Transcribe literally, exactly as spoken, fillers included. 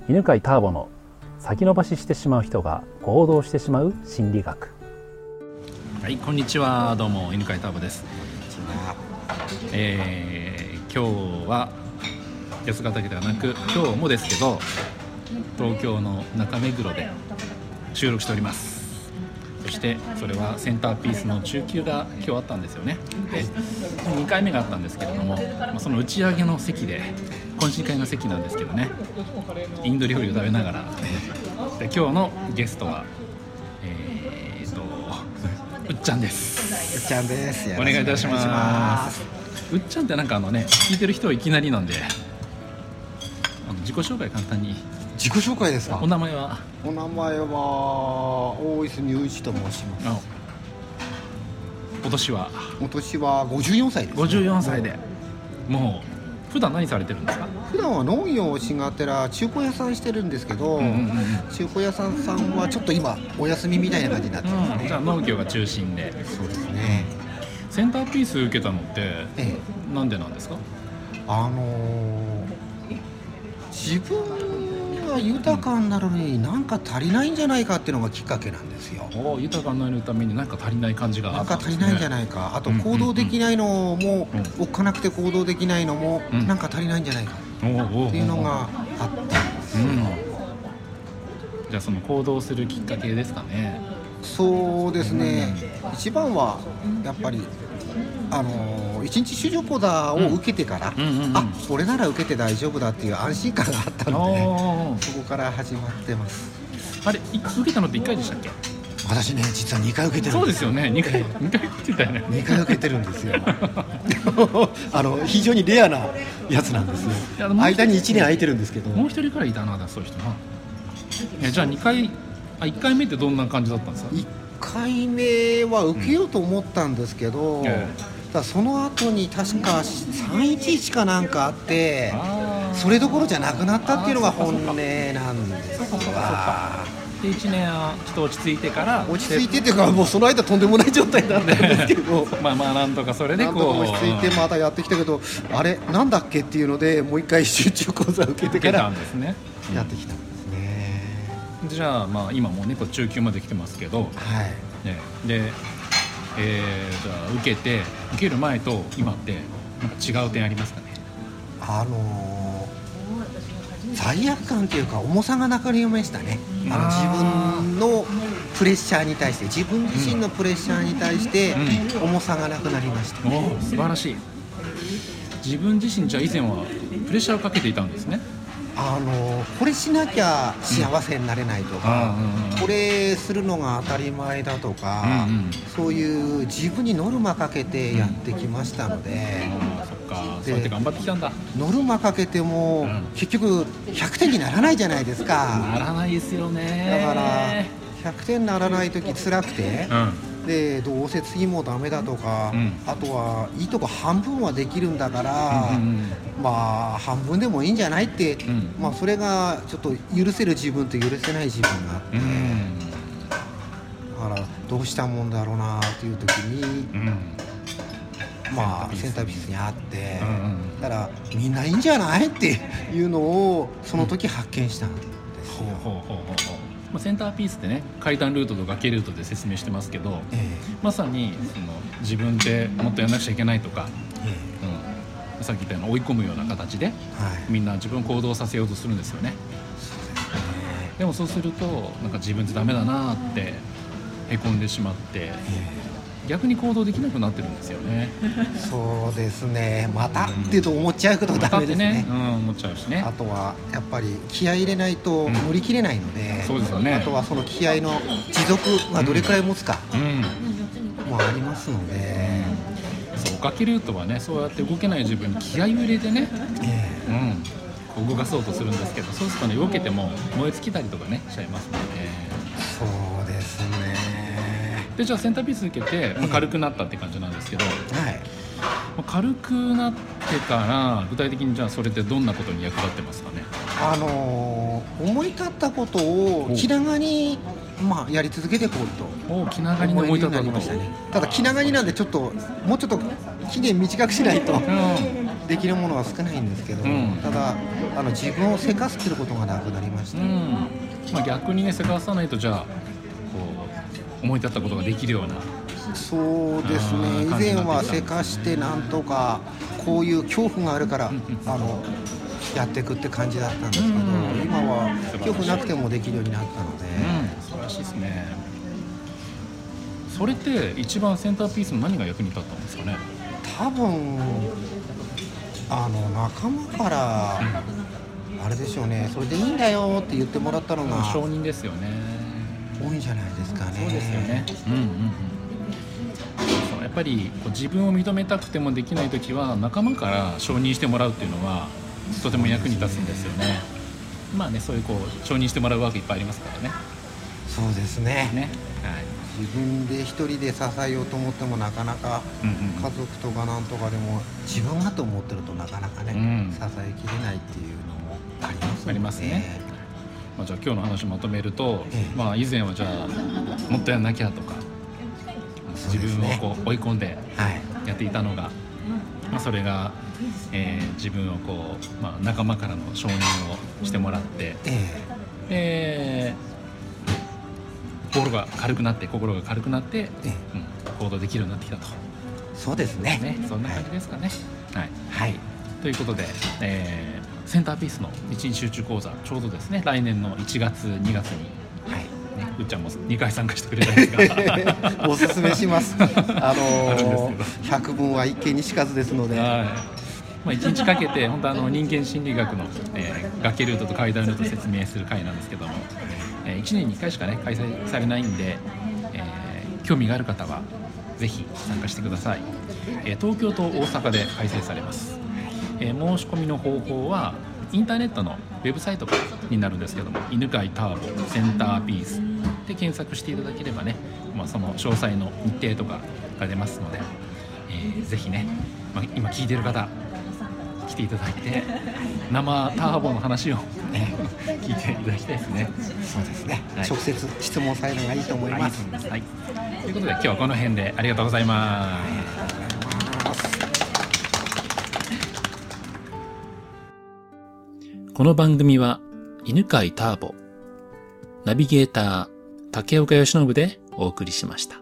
犬飼ターボの先延ばししてしまう人が行動してしまう心理学。はい、こんにちは。どうも犬飼ターボです。えー、今日は八ヶ岳ではなく今日もですけど東京の中目黒で収録しております。そしてそれはセンターピースの中級が今日あったんですよね。でにかいめがあったんですけれども、その打ち上げの席で懇親会の席なんですけどね、インド料理を食べながらで今日のゲストはえーとうっちゃんです。 うっちゃんです。 お願いいたします。うっちゃんってなんかあのね聞いてる人はいきなりなんであの自己紹介簡単に。 自己紹介ですか。 お名前はお名前は大泉雄一と申します。 お年はお年はごじゅうよんさいです、ね、 ごじゅうよんさいでもう普段何されてるんですか。 普段は農業をしがてら中古屋さんしてるんですけど、うんうんうん、中古屋さんさんはちょっと今お休みみたいな感じになってますね、 うん、じゃあ農業が中心で。 そうですね。 センターピース受けたのって、ええ、なんでなんですか。 あのー、自分が豊かになるのに何か足りないんじゃないかっていうのがきっかけなんですよ。 お豊かになるために何か足りない感じがあったんですね。 なんか足りないんじゃないか。あと行動できないのも、うんうんうん、おっかなくて行動できないのも、うん、なんか足りないんじゃないかっていうのがあったんですよ、うん、 じゃあその行動するきっかけですかね。 そうですね、うん、一番はやっぱりあの一日就職講座を受けてから、うんうんうんうん、あ、俺なら受けて大丈夫だっていう安心感があったのでそこから始まってます。 あれ受けたのっていっかいでしたっけ。 私ね実はにかい受けてるんです。 そうですよね。にかいにかい受けてたよね。 にかい受けてるんですよあの非常にレアなやつなんですよ。間にいちねん空いてるんですけど。 もう一人くらいいたな、そういう人な。えじゃあにかいあいっかいめってどんな感じだったんですか。 いっかいめは受けようと思ったんですけど、うん、ええ、だその後に確かさんいちいちかなんかあってそれどころじゃなくなったっていうのが本音なんですが、 でいちねんちょっと落ち着いてから落ち着いてっていうかもうその間とんでもない状態だったんですけどまあまあなんとかそれでこうなんとか落ち着いてまたやってきたけど、うん、あれなんだっけっていうのでもう一回集中講座を受けてからやってきたんですね。 じゃあまあ今もうねこう中級まで来てますけど、はいね、で、えー、じゃあ受けて受ける前と今ってなんか違う点ありますかね。 あのー、罪悪感というか重さがなくなりましたね。あの自分のプレッシャーに対して自分自身のプレッシャーに対して重さがなくなりました、ね、 うん、素晴らしい。自分自身じゃあ以前はプレッシャーをかけていたんですね。 あのこれしなきゃ幸せになれないとか、うん、これするのが当たり前だとか、うんうん、そういう自分にノルマかけてやってきましたので、 うん、あそっか、そうやって頑張ってきたんだ。 ノルマかけても、うん、結局ひゃくてんにならないじゃないですか。 ならないですよね。 だからひゃくてんにならないとき辛くて、うん、でどうせ次もダメだとか、うん、あとはいいとこ半分はできるんだから、うんうんうん、まあ半分でもいいんじゃないって、うん、まあ、それがちょっと許せる自分と許せない自分があって、うん、だからどうしたもんだろうなっていう時に、うん、まあセンターピースにあって、うんうん、だからみんないいんじゃないっていうのをその時発見したんですよ、うん、ほうほうほうほう。 まあ、センターピースってね階段ルートと崖ルートで説明してますけど、えー、まさにその自分でもっとやらなくちゃいけないとか、えーうん、さっき言ったような追い込むような形で、はい、みんな自分を行動させようとするんですよね。そうですね。でもそうするとなんか自分ってダメだなってへこんでしまって、えー、逆に行動できなくなってるんですよね。 そうですね。またっていうと思っちゃうことダメですね。 またってね、うん、思っちゃうしね。あとはやっぱり気合い入れないと乗り切れないので、うん、 そうですよね。 あとはその気合の持続がどれくらい持つか、うん、もありますので、 うん、そう崖ルートはねそうやって動けない自分に気合を入れてね、えーうんこう動かそうとするんですけど、そうするとね動けても燃え尽きたりとかねしちゃいますので、 そうですね。 でじゃあセンターピース受けて、まあ、軽くなったって感じなんですけど、はい、まあ、軽くなってから具体的にじゃあそれってどんなことに役立ってますかね。 あのー、思い立ったことを気長に、まあ、やり続けていこうと。 お気長に思い立ったこと、 ただ気長になんでちょっともうちょっと期限短くしないと、うん、 できるものは少ないんですけど、うん、ただあの自分をせかすってることがなくなりました、うんまあ、逆にねせかさないとじゃあこう思い立ったことができるようなそうですね。以前はせかしてなんとかこういう恐怖があるからあのやっていくって感じだったんですけど、今は恐怖なくてもできるようになったので、 うん、素晴らしいですね。それって一番センターピースの何が役に立ったんですかね。 多分あの仲間から、うん、あれでしょうね、それでいいんだよって言ってもらったのが承認ですよね。 多いんじゃないですかね。 そうですよね、うんうんうん、そうやっぱりこう自分を認めたくてもできないときは仲間から承認してもらうっていうのはとても役に立つんですよね。まあね、そういうこう承認してもらうわけいっぱいありますからね。 そうですね。 ね、はい、 自分で一人で支えようと思ってもなかなか、うんうん、家族とかなんとかでも自分がと思ってるとなかなかね、うん、支えきれないっていうのもありますね。 ありますね。まあ、じゃあ今日の話をまとめると、ええ、まあ、以前はじゃあもっとやんなきゃとか、自分をこう追い込んでやっていたのが、はい、まあ、それが、えー、自分をこう、まあ、仲間からの承認をしてもらって、えー心が軽くなって心が軽くなって、ええうん、行動できるようになってきたと。 そうです ね, ねそんな感じですかね。はい、はいはい、ということで、えー、センターピースの一日集中講座ちょうどですね来年のいちがつにがつに、はいね、うっちゃんもにかい参加してくれたんですがおすすめしますあのー、ひゃくぶんは一見にしかずですので、はい、 まあ、いちにちかけて本当あの人間心理学の、えー、崖ルートと階段ルートを説明する会なんですけども、いちねんにいっかいしかね開催されないんで、えー、興味がある方はぜひ参加してください。えー、東京と大阪で開催されます。えー、申し込みの方法はインターネットのウェブサイトからになるんですけども、犬飼ターボセンターピースで検索していただければね、まあ、その詳細の日程とかが出ますので、えー、ぜひね、まあ、今聞いてる方来ていただいて生ターボの話を聞いていただきたいですね。 そうですね、はい、直接質問されるのがいいと思います。 はい、ということで今日はこの辺でありがとうございます。この番組は犬飼ターボナビゲーター竹岡由伸でお送りしました。